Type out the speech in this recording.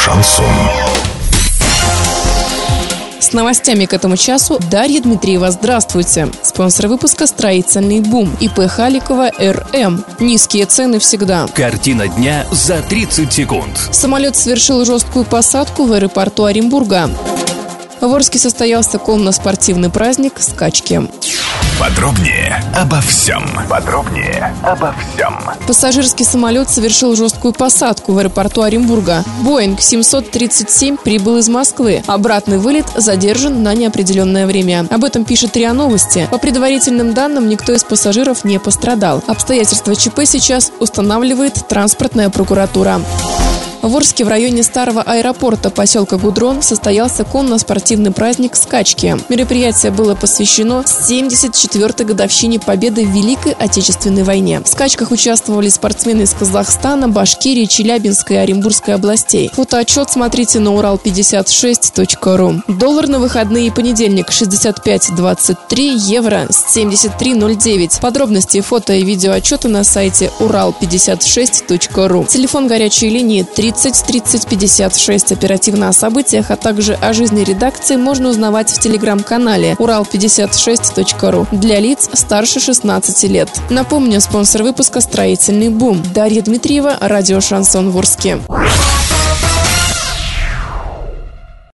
Шансон. С новостями к этому часу Дарья Дмитриева. Здравствуйте. Спонсор выпуска «Строительный бум». ИП Халикова РМ. Низкие цены всегда. Картина дня за 30 секунд. Самолет совершил жесткую посадку в аэропорту Оренбурга. В Орске состоялся конно-спортивный праздник «Скачки». Подробнее обо всем. Пассажирский самолет совершил жесткую посадку в аэропорту Оренбурга. Боинг 737 прибыл из Москвы. Обратный вылет задержан на неопределенное время. Об этом пишет РИА Новости. По предварительным данным, никто из пассажиров не пострадал. Обстоятельства ЧП сейчас устанавливает транспортная прокуратура. В Орске в районе старого аэропорта поселка Гудрон состоялся конно-спортивный праздник «Скачки». Мероприятие было посвящено 74-й годовщине победы в Великой Отечественной войне. В скачках участвовали спортсмены из Казахстана, Башкирии, Челябинской и Оренбургской областей. Фотоотчет смотрите на урал56.ру. Доллар на выходные и понедельник 65.23, евро 73.09. Подробности, фото и видеоотчеты на сайте урал56.ру. Телефон горячей линии 30 30 56. Оперативно о событиях, а также о жизни редакции можно узнавать в телеграм-канале урал56.ру для лиц старше 16 лет. Напомню, спонсор выпуска «Строительный бум». Дарья Дмитриева, радио «Шансон» в Орске.